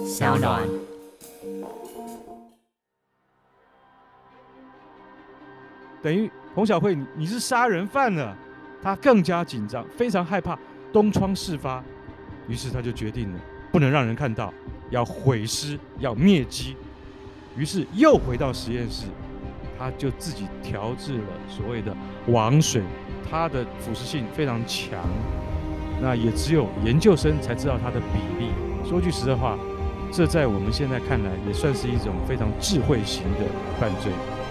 小暖。 等于洪小慧你是杀人犯了，他更加紧张，非常害怕东窗事发，于是他就决定了不能让人看到，要毁尸，要灭迹。于是又回到实验室，他就自己调制了所谓的王水，它的腐蚀性非常强，那也只有研究生才知道它的比例。说句实在话，这在我们现在看来也算是一种非常智慧型的犯罪。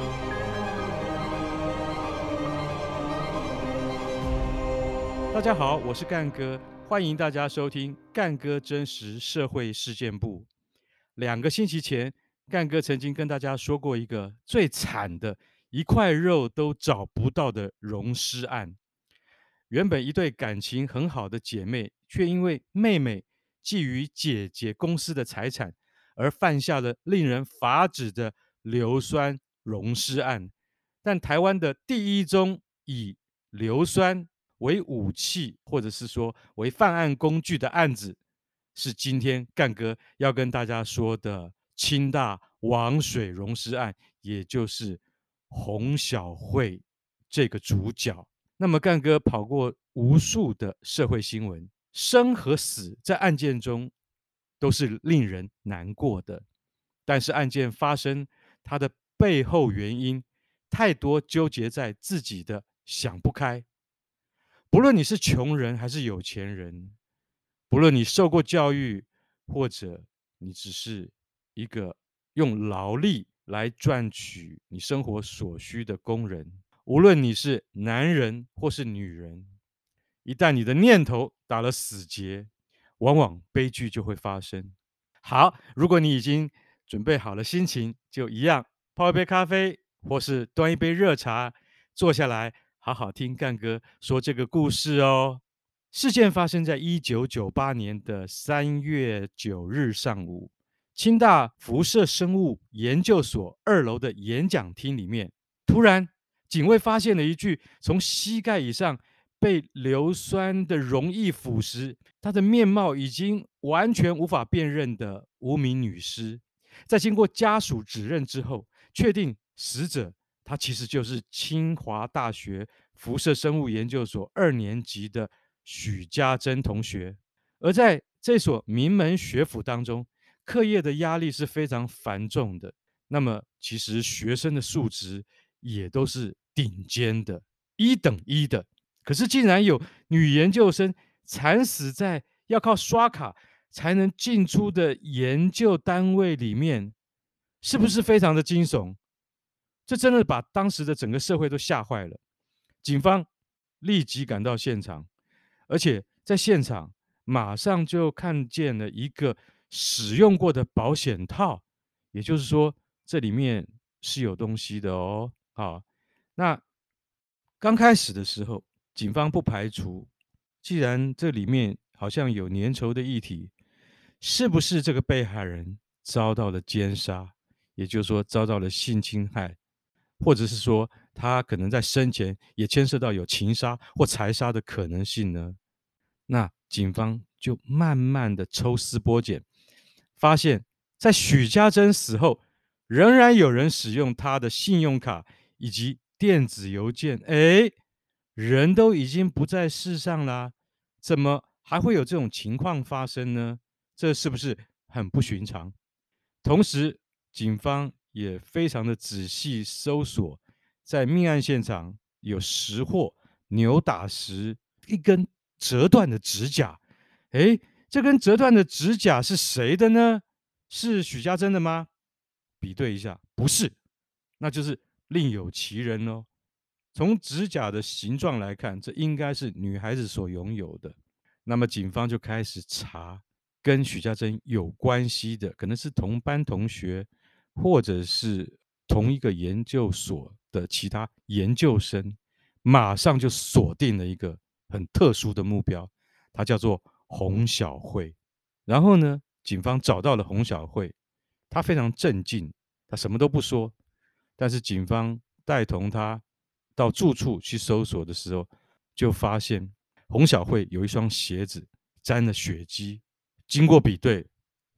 大家好，我是干哥，欢迎大家收听干哥真实社会事件部。2个星期前，干哥曾经跟大家说过一个最惨的一块肉都找不到的溶尸案。原本一对感情很好的姐妹，却因为妹妹觊觎姐姐公司的财产，而犯下了令人发指的硫酸溶尸案。但台湾的第一宗以硫酸为武器，或者是说为犯案工具的案子，是今天干哥要跟大家说的清大王水溶尸案，也就是洪小慧这个主角。那么干哥跑过无数的社会新闻，生和死在案件中都是令人难过的，但是案件发生它的背后原因太多纠结在自己的想不开。不论你是穷人还是有钱人，不论你受过教育，或者你只是一个用劳力来赚取你生活所需的工人，无论你是男人或是女人，一旦你的念头打了死结，往往悲剧就会发生。好，如果你已经准备好了心情，就一样泡一杯咖啡，或是端一杯热茶，坐下来好好听干哥说这个故事哦。事件发生在1998年的3月9日上午，清大辐射生物研究所2楼的演讲厅里面，突然警卫发现了一具从膝盖以上被硫酸的溶液腐蚀，她的面貌已经完全无法辨认的无名女尸。在经过家属指认之后，确定死者她其实就是清华大学辐射生物研究所2年级的许家珍同学。而在这所名门学府当中，课业的压力是非常繁重的，那么其实学生的素质也都是顶尖的，1等1的。可是竟然有女研究生惨死在要靠刷卡才能进出的研究单位里面，是不是非常的惊悚？这真的把当时的整个社会都吓坏了。警方立即赶到现场，而且在现场马上就看见了一个使用过的保险套，也就是说这里面是有东西的哦。好，那刚开始的时候，警方不排除，既然这里面好像有粘稠的液体，是不是这个被害人遭到了奸杀，也就是说遭到了性侵害，或者是说他可能在生前也牵涉到有情杀或财杀的可能性呢？那警方就慢慢的抽丝剥茧，发现在许家珍死后，仍然有人使用他的信用卡以及电子邮件。人都已经不在世上啦，怎么还会有这种情况发生呢？这是不是很不寻常？同时，警方也非常的仔细搜索，在命案现场有拾获扭打时一根折断的指甲。这根折断的指甲是谁的呢？是许家珍的吗？比对一下，不是，那就是另有其人哦。从指甲的形状来看，这应该是女孩子所拥有的。那么警方就开始查跟许家珍有关系的，可能是同班同学，或者是同一个研究所的其他研究生，马上就锁定了一个很特殊的目标，它叫做洪小慧。然后呢，警方找到了洪小慧，她非常镇静，她什么都不说，但是警方带同她到住处去搜索的时候，就发现洪小慧有一双鞋子沾了血迹，经过比对，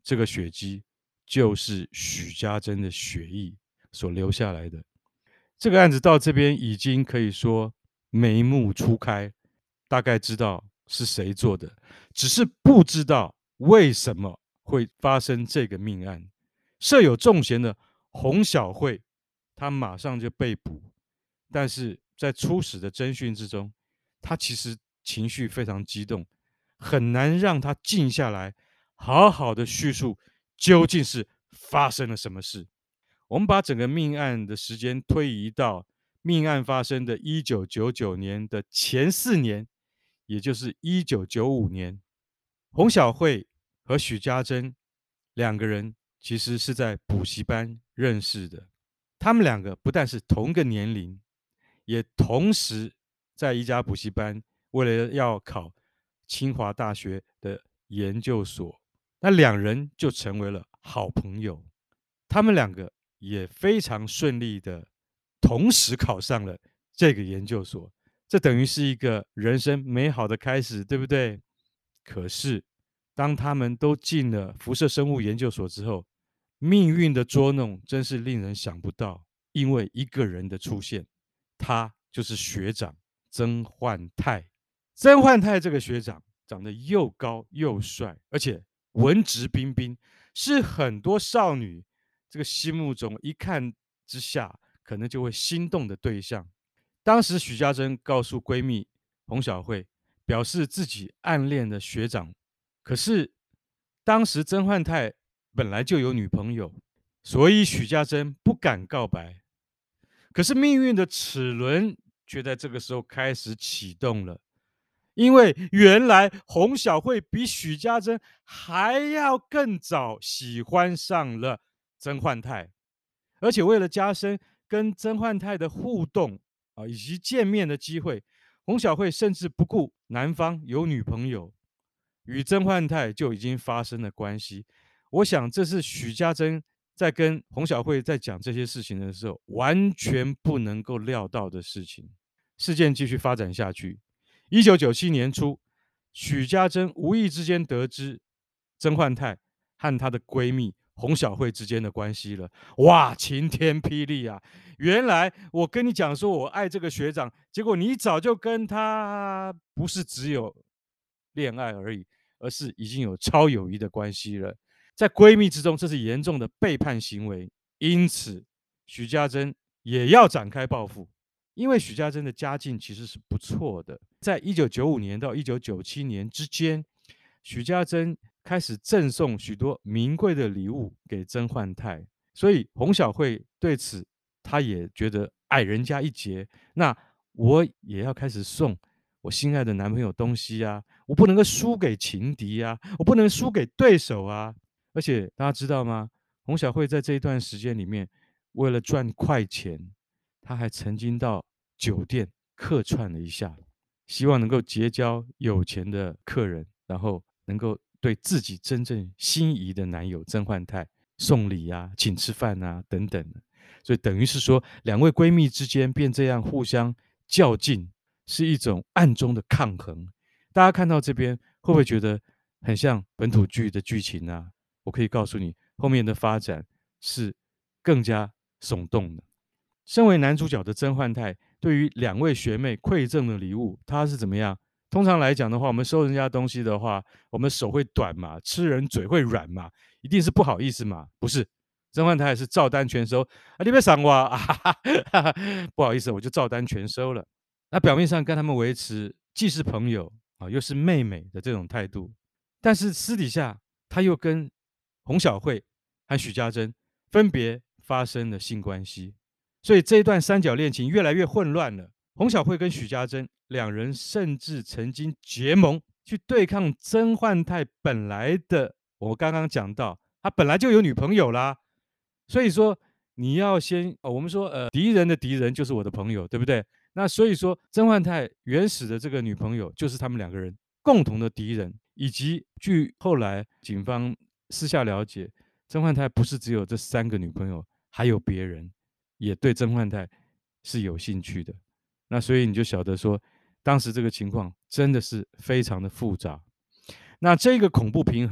这个血迹就是许家珍的血液所留下来的。这个案子到这边已经可以说眉目初开，大概知道是谁做的，只是不知道为什么会发生这个命案。设有重嫌的洪小慧，她马上就被捕，但是在初始的侦讯之中，她其实情绪非常激动，很难让她静下来，好好的叙述究竟是发生了什么事。我们把整个命案的时间推移到命案发生的1999年的前4年，也就是1995年，洪小慧和许家珍两个人其实是在补习班认识的。他们两个不但是同个年龄，也同时在一家补习班，为了要考清华大学的研究所，那两人就成为了好朋友。他们两个也非常顺利的同时考上了这个研究所，这等于是一个人生美好的开始，对不对？可是，当他们都进了辐射生物研究所之后，命运的捉弄真是令人想不到。因为一个人的出现，他就是学长曾焕泰。曾焕泰这个学长长得又高又帅，而且文质彬彬，是很多少女这个心目中一看之下可能就会心动的对象。当时许家珍告诉闺蜜洪小慧，表示自己暗恋的学长，可是当时曾焕泰本来就有女朋友，所以许家珍不敢告白。可是命运的齿轮却在这个时候开始启动了，因为原来洪小慧比许家珍还要更早喜欢上了曾焕泰，而且为了加深跟曾焕泰的互动以及见面的机会，洪小慧甚至不顾男方有女朋友，与曾焕泰就已经发生了关系。我想这是许家珍在跟洪小慧在讲这些事情的时候，完全不能够料到的事情。事件继续发展下去，1997年初，许家珍无意之间得知曾焕泰和她的闺蜜洪小慧之间的关系了。哇，晴天霹雳啊！原来我跟你讲说我爱这个学长，结果你早就跟他不是只有恋爱而已，而是已经有超友谊的关系了。在闺蜜之中，这是严重的背叛行为，因此许家珍也要展开报复。因为许家珍的家境其实是不错的，在1995年到1997年之间，许家珍开始赠送许多名贵的礼物给曾焕泰，所以洪小慧对此她也觉得矮人家一截，那我也要开始送我心爱的男朋友东西啊，我不能够输给情敌啊，我不能输给对手啊。而且大家知道吗？洪小慧在这一段时间里面，为了赚快钱，她还曾经到酒店客串了一下，希望能够结交有钱的客人，然后能够对自己真正心仪的男友曾焕泰送礼啊、请吃饭啊等等。所以等于是说，两位闺蜜之间便这样互相较劲，是一种暗中的抗衡。大家看到这边，会不会觉得很像本土剧的剧情啊？我可以告诉你，后面的发展是更加耸动的。身为男主角的曾焕泰，对于两位学妹馈赠的礼物，他是怎么样？通常来讲的话，我们收人家东西的话，我们手会短嘛，吃人嘴会软嘛，一定是不好意思嘛，不是？曾焕泰是照单全收啊，你别赏我啊，不好意思，我就照单全收了。那表面上跟他们维持既是朋友啊，又是妹妹的这种态度，但是私底下他又跟洪小慧和许家珍分别发生了性关系，所以这一段三角恋情越来越混乱了。洪小慧跟许家珍两人甚至曾经结盟去对抗曾焕泰本来的，我刚刚讲到他本来就有女朋友啦，所以说你要先我们说敌人的敌人就是我的朋友，对不对？那所以说曾焕泰原始的这个女朋友就是他们两个人共同的敌人，以及据后来警方私下了解，曾焕泰不是只有这3个女朋友，还有别人也对曾焕泰是有兴趣的。那所以你就晓得说，当时这个情况真的是非常的复杂。那这个恐怖平衡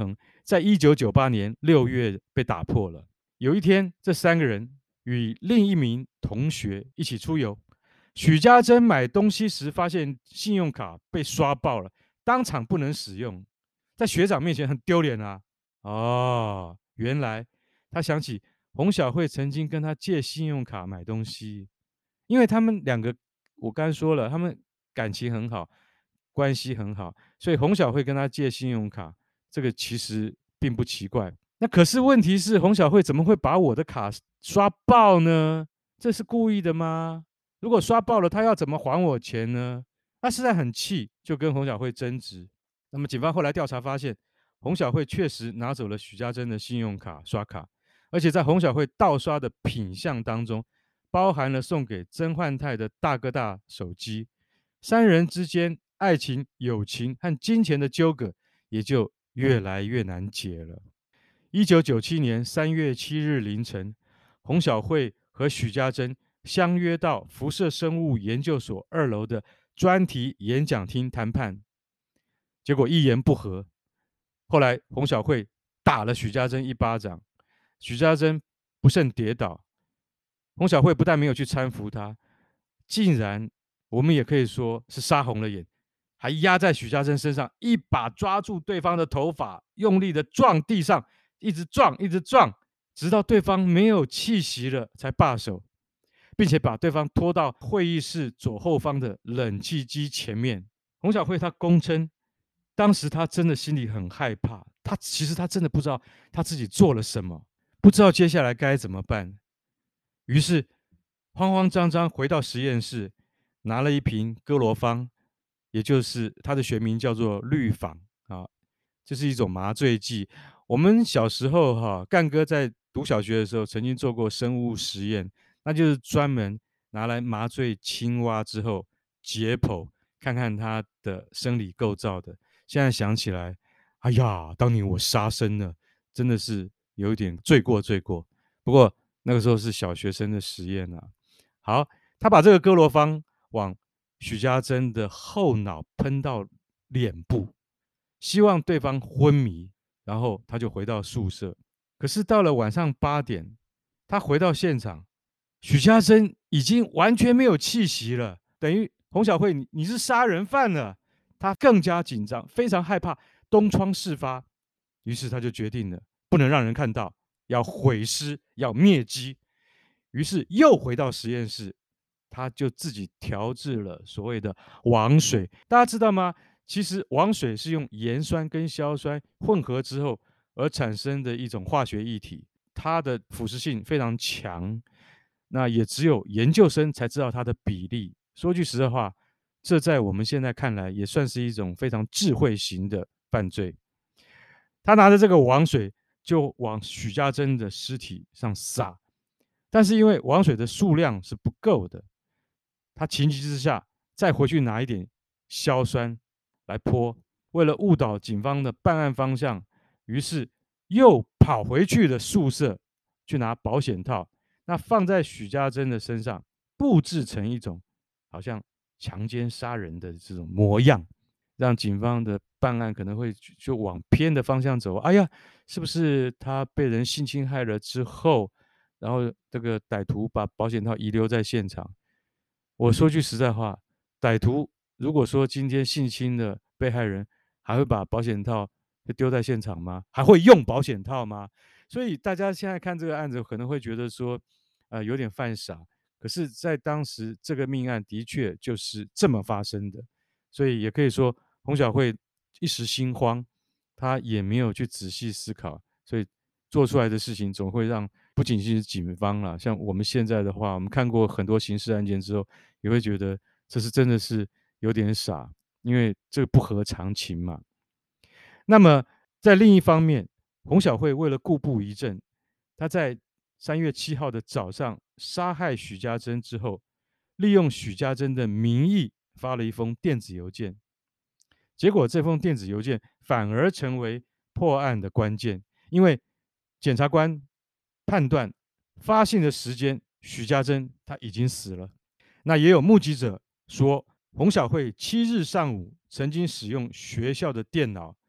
在1998年6月被打破了。有一天，这三个人与另一名同学一起出游，许家珍买东西时发现信用卡被刷爆了，当场不能使用，在学长面前很丢脸啊。哦，原来他想起洪小慧曾经跟他借信用卡买东西，因为他们两个，我刚才说了，他们感情很好，关系很好，所以洪小慧跟他借信用卡，这个其实并不奇怪。那可是问题是，洪小慧怎么会把我的卡刷爆呢？这是故意的吗？如果刷爆了，他要怎么还我钱呢？他实在很气，就跟洪小慧争执。那么警方后来调查发现，洪小慧确实拿走了许家珍的信用卡刷卡，而且在洪小慧盗刷的品项当中，包含了送给曾焕泰的大哥大手机。三人之间爱情、友情和金钱的纠葛也就越来越难解了。1997年3月7日凌晨，洪小慧和许家珍相约到辐射生物研究所2楼的专题演讲厅谈判，结果一言不合。后来洪小慧打了许家珍一巴掌，许家珍不慎跌倒，洪小慧不但没有去搀扶他，竟然我们也可以说是杀红了眼，还压在许家珍身上，一把抓住对方的头发，用力的撞地上，一直撞，一直撞，直到对方没有气息了才罢手，并且把对方拖到会议室左后方的冷气机前面。洪小慧她供称，当时她真的心里很害怕，其实她真的不知道她自己做了什么，不知道接下来该怎么办。于是慌慌张张回到实验室，拿了一瓶哥罗芳，也就是它的学名叫做氯仿啊，这是一种麻醉剂。我们小时候干哥在读小学的时候曾经做过生物实验，那就是专门拿来麻醉青蛙之后解剖，看看它的生理构造的。现在想起来，哎呀，当年我杀生了，真的是有一点罪过罪过。不过那个时候是小学生的实验啊。好，他把这个哥罗芳往许家珍的后脑喷到脸部，希望对方昏迷，然后他就回到宿舍。可是到了晚上8点，他回到现场，许家珍已经完全没有气息了，等于洪小慧你是杀人犯了。他更加紧张，非常害怕东窗事发，于是他就决定了不能让人看到，要毁尸，要灭迹。于是又回到实验室，他就自己调制了所谓的王水。大家知道吗？其实王水是用盐酸跟硝酸混合之后而产生的一种化学液体，它的腐蚀性非常强。那也只有研究生才知道它的比例。说句实在话，这在我们现在看来也算是一种非常智慧型的犯罪。他拿着这个王水就往许家珍的尸体上洒，但是因为王水的数量是不够的，他情急之下再回去拿一点硝酸来泼。为了误导警方的办案方向，于是又跑回去了宿舍去拿保险套，那放在许家珍的身上，布置成一种好像强奸杀人的这种模样，让警方的办案可能会就往偏的方向走。哎呀，是不是他被人性侵害了之后，然后这个歹徒把保险套遗留在现场？我说句实在话，歹徒如果说今天性侵的被害人，还会把保险套就丢在现场吗？还会用保险套吗？所以大家现在看这个案子，可能会觉得说，有点犯傻。可是，在当时这个命案的确就是这么发生的，所以也可以说洪小慧一时心慌，他也没有去仔细思考，所以做出来的事情总会让不仅是警方啦，像我们现在的话，我们看过很多刑事案件之后，也会觉得这是真的是有点傻，因为这个不合常情嘛。那么在另一方面，洪小慧为了故布疑阵，他在3月7号的早上杀害许家珍之后，利用许家珍的名义发了一封电子邮件，结果这封电子邮件反而成为破案的关键，因为检察官判断发信的时间，许家珍他已经死了。那也有目击者说，洪小慧7日上午曾经使用学校的电脑，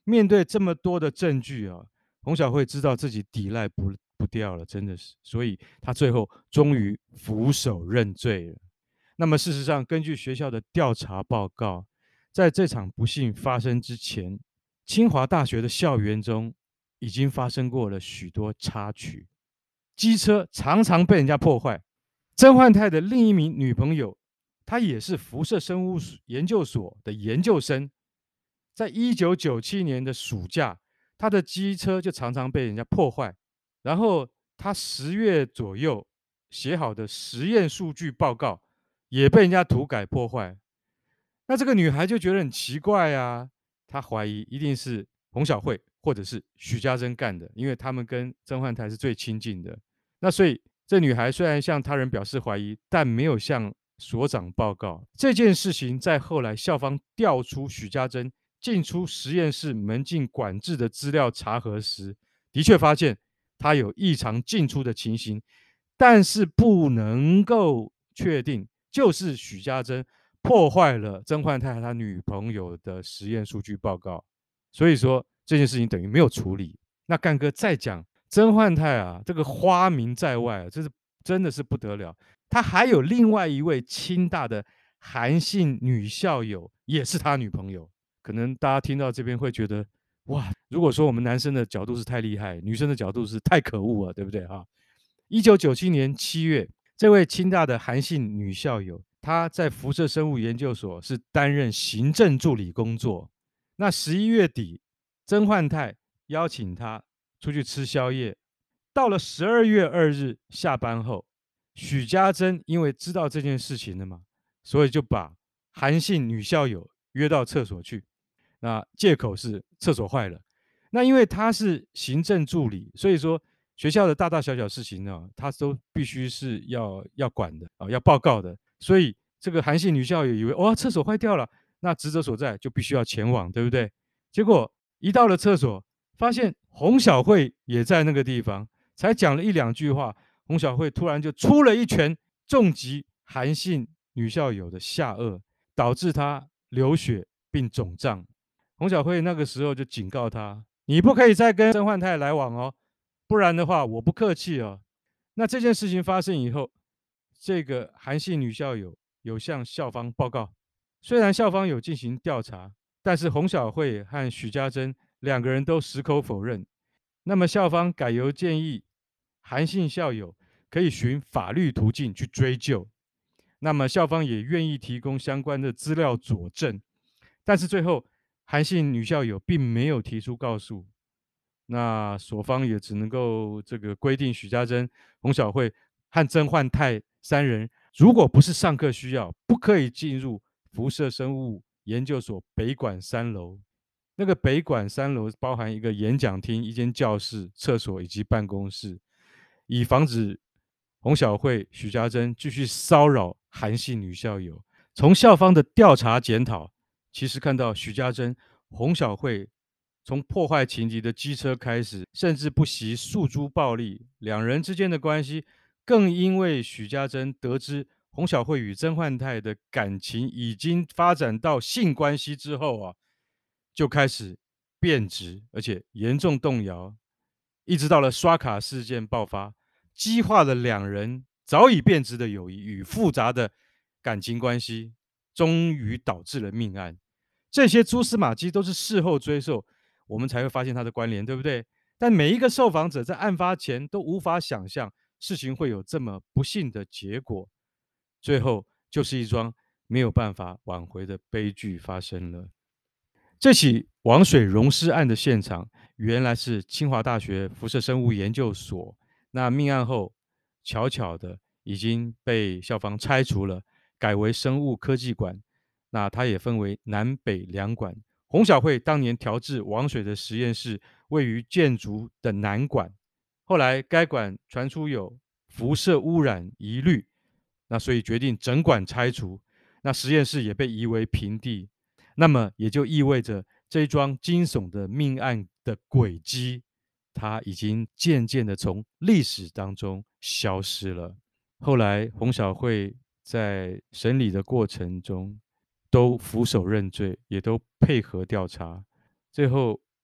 面对这么多的证据啊，洪小慧知道自己抵赖不掉了，真的是，所以她最后终于俯首认罪了。那么事实上，根据学校的调查报告，在这场不幸发生之前，清华大学的校园中已经发生过了许多插曲，机车常常被人家破坏。曾焕泰的另一名女朋友，她也是辐射生物研究所的研究生，在1997年的暑假，她的机车就常常被人家破坏，然后她10月左右写好的实验数据报告也被人家涂改破坏。那这个女孩就觉得很奇怪啊，她怀疑一定是洪小慧或者是许家珍干的，因为他们跟曾焕泰是最亲近的。那所以这女孩虽然向他人表示怀疑，但没有向所长报告这件事情。在后来校方调出许家珍进出实验室门禁管制的资料查核时，的确发现她有异常进出的情形，但是不能够确定就是许家珍破坏了曾焕泰和他女朋友的实验数据报告，所以说这件事情等于没有处理。那干哥再讲曾焕泰啊，这个花名在外啊，这是真的是不得了。他还有另外一位清大的韩姓女校友，也是他女朋友。可能大家听到这边会觉得，哇，如果说我们男生的角度是太厉害，女生的角度是太可恶了，对不对哈？1997年7月，这位清大的韩姓女校友，她在辐射生物研究所是担任行政助理工作。那11月底，曾焕泰邀请她出去吃宵夜。到了12月2日下班后，许家珍因为知道这件事情了嘛，所以就把韩姓女校友约到厕所去。那借口是厕所坏了。那因为他是行政助理，所以说学校的大大小小事情呢，他都必须是要管的啊，要报告的。所以这个韩姓女校友以为哇，厕所坏掉了，那职责所在就必须要前往，对不对？结果一到了厕所，发现洪小慧也在那个地方，才讲了1-2句话，洪小慧突然就出了一拳，重击韩姓女校友的下颚，导致她流血并肿胀。洪小慧那个时候就警告他：“你不可以再跟曾焕泰来往哦，不然的话我不客气哦。”那这件事情发生以后，这个韩姓女校友有向校方报告，虽然校方有进行调查，但是洪小慧和许家珍两个人都矢口否认。那么校方改由建议韩姓校友可以循法律途径去追究。那么校方也愿意提供相关的资料佐证，但是最后韩姓女校友并没有提出告诉，那所方也只能够这个规定许家珍、洪小慧和曾焕泰三人，如果不是上课需要，不可以进入辐射生物研究所北馆3楼。那个北馆3楼包含一个演讲厅、一间教室、厕所以及办公室，以防止洪小慧、许家珍继续骚扰韩姓女校友。从校方的调查检讨，其实看到许家珍、洪小慧从破坏情敌的机车开始，甚至不惜诉诸暴力，两人之间的关系更因为许家珍得知洪小慧与曾焕泰的感情已经发展到性关系之后啊，就开始变质，而且严重动摇，一直到了刷卡事件爆发，激化了两人早已变质的友谊与复杂的感情关系，终于导致了命案。这些蛛丝马迹都是事后追溯，我们才会发现它的关联，对不对？但每一个受访者在案发前都无法想象事情会有这么不幸的结果，最后就是一桩没有办法挽回的悲剧发生了。这起王水溶尸案的现场原来是清华大学辐射生物研究所，那命案后巧巧的已经被校方拆除了，改为生物科技馆。那它也分为南北两馆。洪小慧当年调制王水的实验室位于建筑的南馆，后来该馆传出有辐射污染疑虑，那所以决定整馆拆除，那实验室也被移为平地。那么也就意味着这一桩惊悚的命案的轨迹，它已经渐渐的从历史当中消失了。后来洪小慧在审理的过程中都俯首认罪，也都配合调查。最后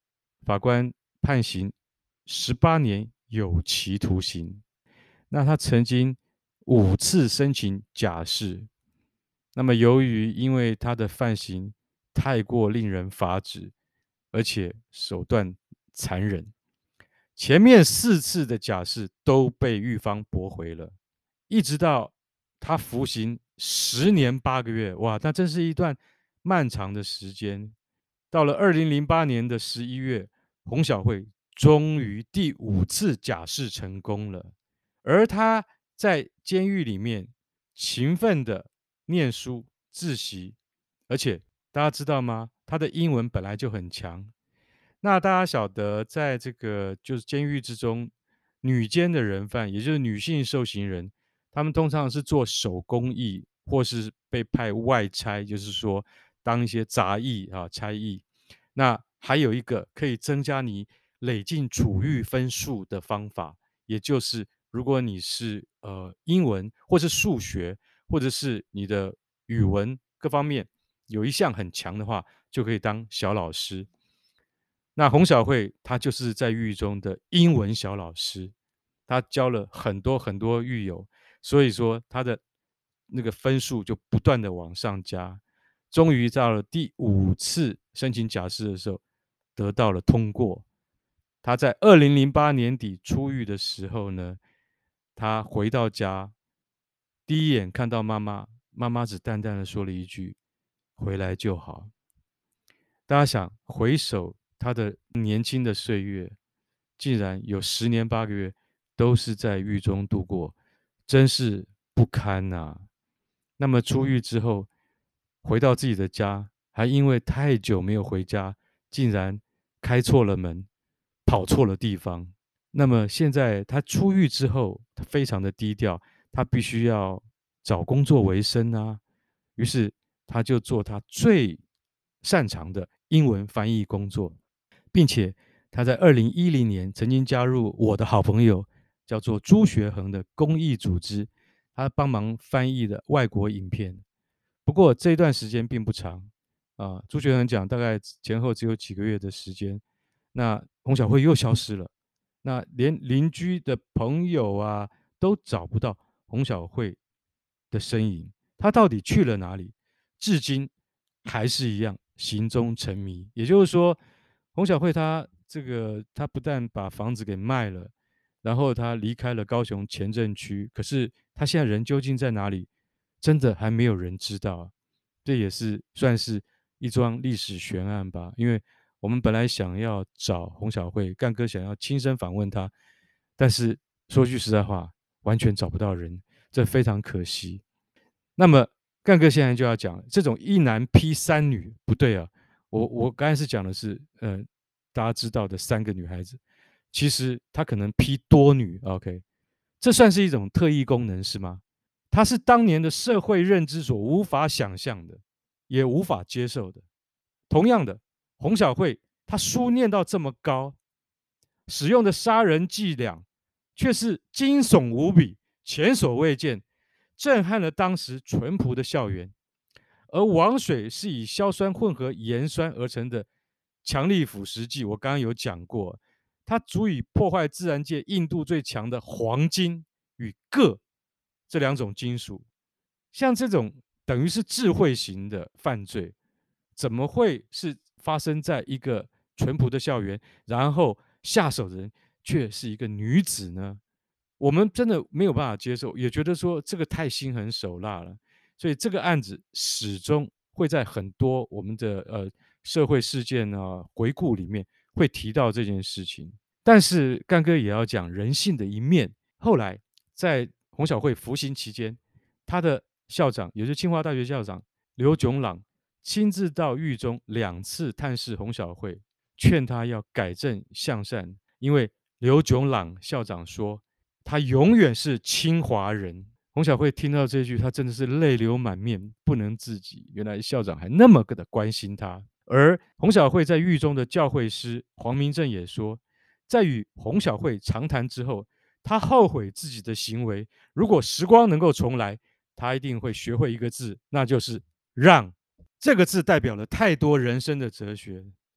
法官判刑18年有期徒刑。那他曾经5次申请假释，那么由于因为他的犯行太过令人发指，而且手段残忍，前面4次的假释都被狱方驳回了，一直到他服刑10年8个月，哇，那真是一段漫长的时间。到了2008年的11月，洪小慧终于第5次假释成功了，而他在监狱里面勤奋的念书自习，而且大家知道吗？他的英文本来就很强。那大家晓得，在这个就是监狱之中，女监的人犯，也就是女性受刑人，他们通常是做手工艺，或是被派外差，就是说当一些杂役啊差役。那还有一个可以增加你累进处遇分数的方法，也就是如果你是英文或是数学，或者是你的语文各方面有一项很强的话，就可以当小老师。那洪小慧她就是在狱中的英文小老师，她教了很多很多狱友，所以说她的那个分数就不断的往上加，终于到了第5次申请假释的时候得到了通过。他在2008年底出狱的时候呢，他回到家，第一眼看到妈妈，妈妈只淡淡的说了一句：“回来就好。”大家想，回首他的年轻的岁月，竟然有10年8个月都是在狱中度过，真是不堪呐、那么出狱之后，回到自己的家，还因为太久没有回家，竟然开错了门，跑错了地方。那么现在他出狱之后，他非常的低调，他必须要找工作为生啊。于是他就做他最擅长的英文翻译工作，并且他在2010年曾经加入我的好朋友叫做朱学恒的公益组织，他帮忙翻译的外国影片。不过这一段时间并不长啊，朱学恒讲大概前后只有几个月的时间，那洪小慧又消失了，那连邻居的朋友啊都找不到洪小慧的身影，她到底去了哪里？至今还是一样行踪成谜。也就是说，洪小慧她不但把房子给卖了，然后她离开了高雄前镇区，可是她现在人究竟在哪里？真的还没有人知道啊。这也是算是一桩历史悬案吧。因为我们本来想要找洪小慧，干哥想要亲身访问她，但是说句实在话，完全找不到人，这非常可惜。那么干哥现在就要讲这种一男劈三女不对啊，我刚才是讲的是大家知道的3个女孩子，其实他可能劈多女，OK，这算是一种特异功能是吗？它是当年的社会认知所无法想象的，也无法接受的。同样的，洪小慧她书念到这么高，使用的杀人伎俩却是惊悚无比、前所未见，震撼了当时淳朴的校园。而王水是以硝酸混合盐酸而成的强力腐蚀剂，我刚刚有讲过，它足以破坏自然界硬度最强的黄金与铬这2种金属。像这种等于是智慧型的犯罪，怎么会是发生在一个淳朴的校园，然后下手的人却是一个女子呢？我们真的没有办法接受，也觉得说这个太心狠手辣了。所以这个案子始终会在很多我们的社会事件啊回顾里面会提到这件事情。但是干哥也要讲人性的一面。后来在洪小慧服刑期间，他的校长，也就是清华大学校长刘炯朗，亲自到狱中2次探视洪小慧，劝他要改正向善。因为刘炯朗校长说，他永远是清华人。洪小慧听到这句，他真的是泪流满面，不能自己。原来校长还那么的关心他。而洪小慧在狱中的教会师黄明正也说，在与洪小慧长谈之后，他后悔自己的行为。如果时光能够重来，他一定会学会一个字，那就是让。这个字代表了太多人生的哲学。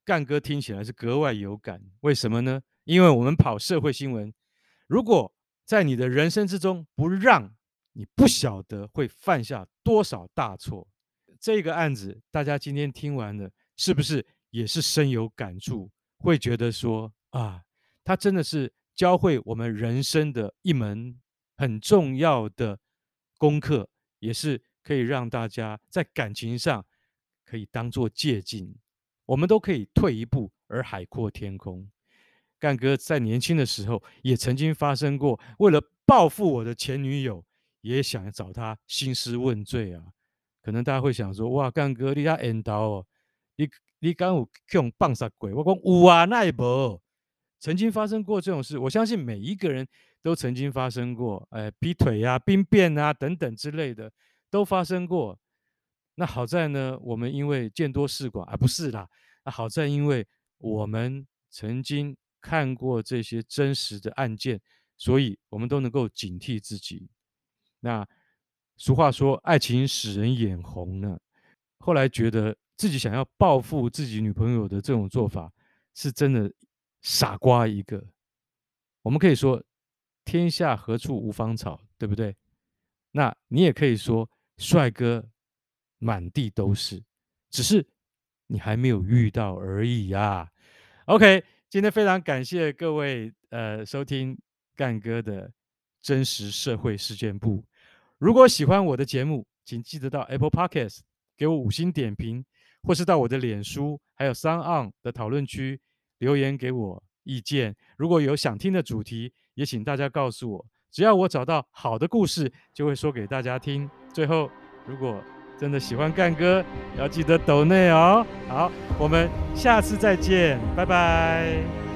干哥听起来是格外有感。为什么呢？因为我们跑社会新闻，如果在你的人生之中不让，你不晓得会犯下多少大错。这个案子，大家今天听完了，是不是也是深有感触？会觉得说啊，它真的是教会我们人生的一门很重要的功课，也是可以让大家在感情上可以当做借鉴，我们都可以退一步而海阔天空。干哥在年轻的时候也曾经发生过，为了报复我的前女友，也想找她兴师问罪啊。可能大家会想说，哇，干哥你遐缘投哦，你敢有去用放杀鬼？我讲有啊，那也无。曾经发生过这种事，我相信每一个人都曾经发生过，劈腿啊、兵变啊等等之类的都发生过。那好在呢，我们因为见多识广啊，不是啦，那好在因为我们曾经看过这些真实的案件，所以我们都能够警惕自己。那俗话说，爱情使人眼红呢。后来觉得自己想要报复自己女朋友的这种做法，是真的傻瓜一个。我们可以说，天下何处无芳草，对不对？那你也可以说，帅哥满地都是，只是你还没有遇到而已啊。OK，今天非常感谢各位收听干哥的真实社会事件部。如果喜欢我的节目，请记得到 Apple Podcast 给我5星点评，或是到我的脸书还有 SoundOn 的讨论区留言给我意见。如果有想听的主题，也请大家告诉我，只要我找到好的故事，就会说给大家听。最后，如果真的喜欢干哥，要记得抖内哦。好，我们下次再见，拜拜。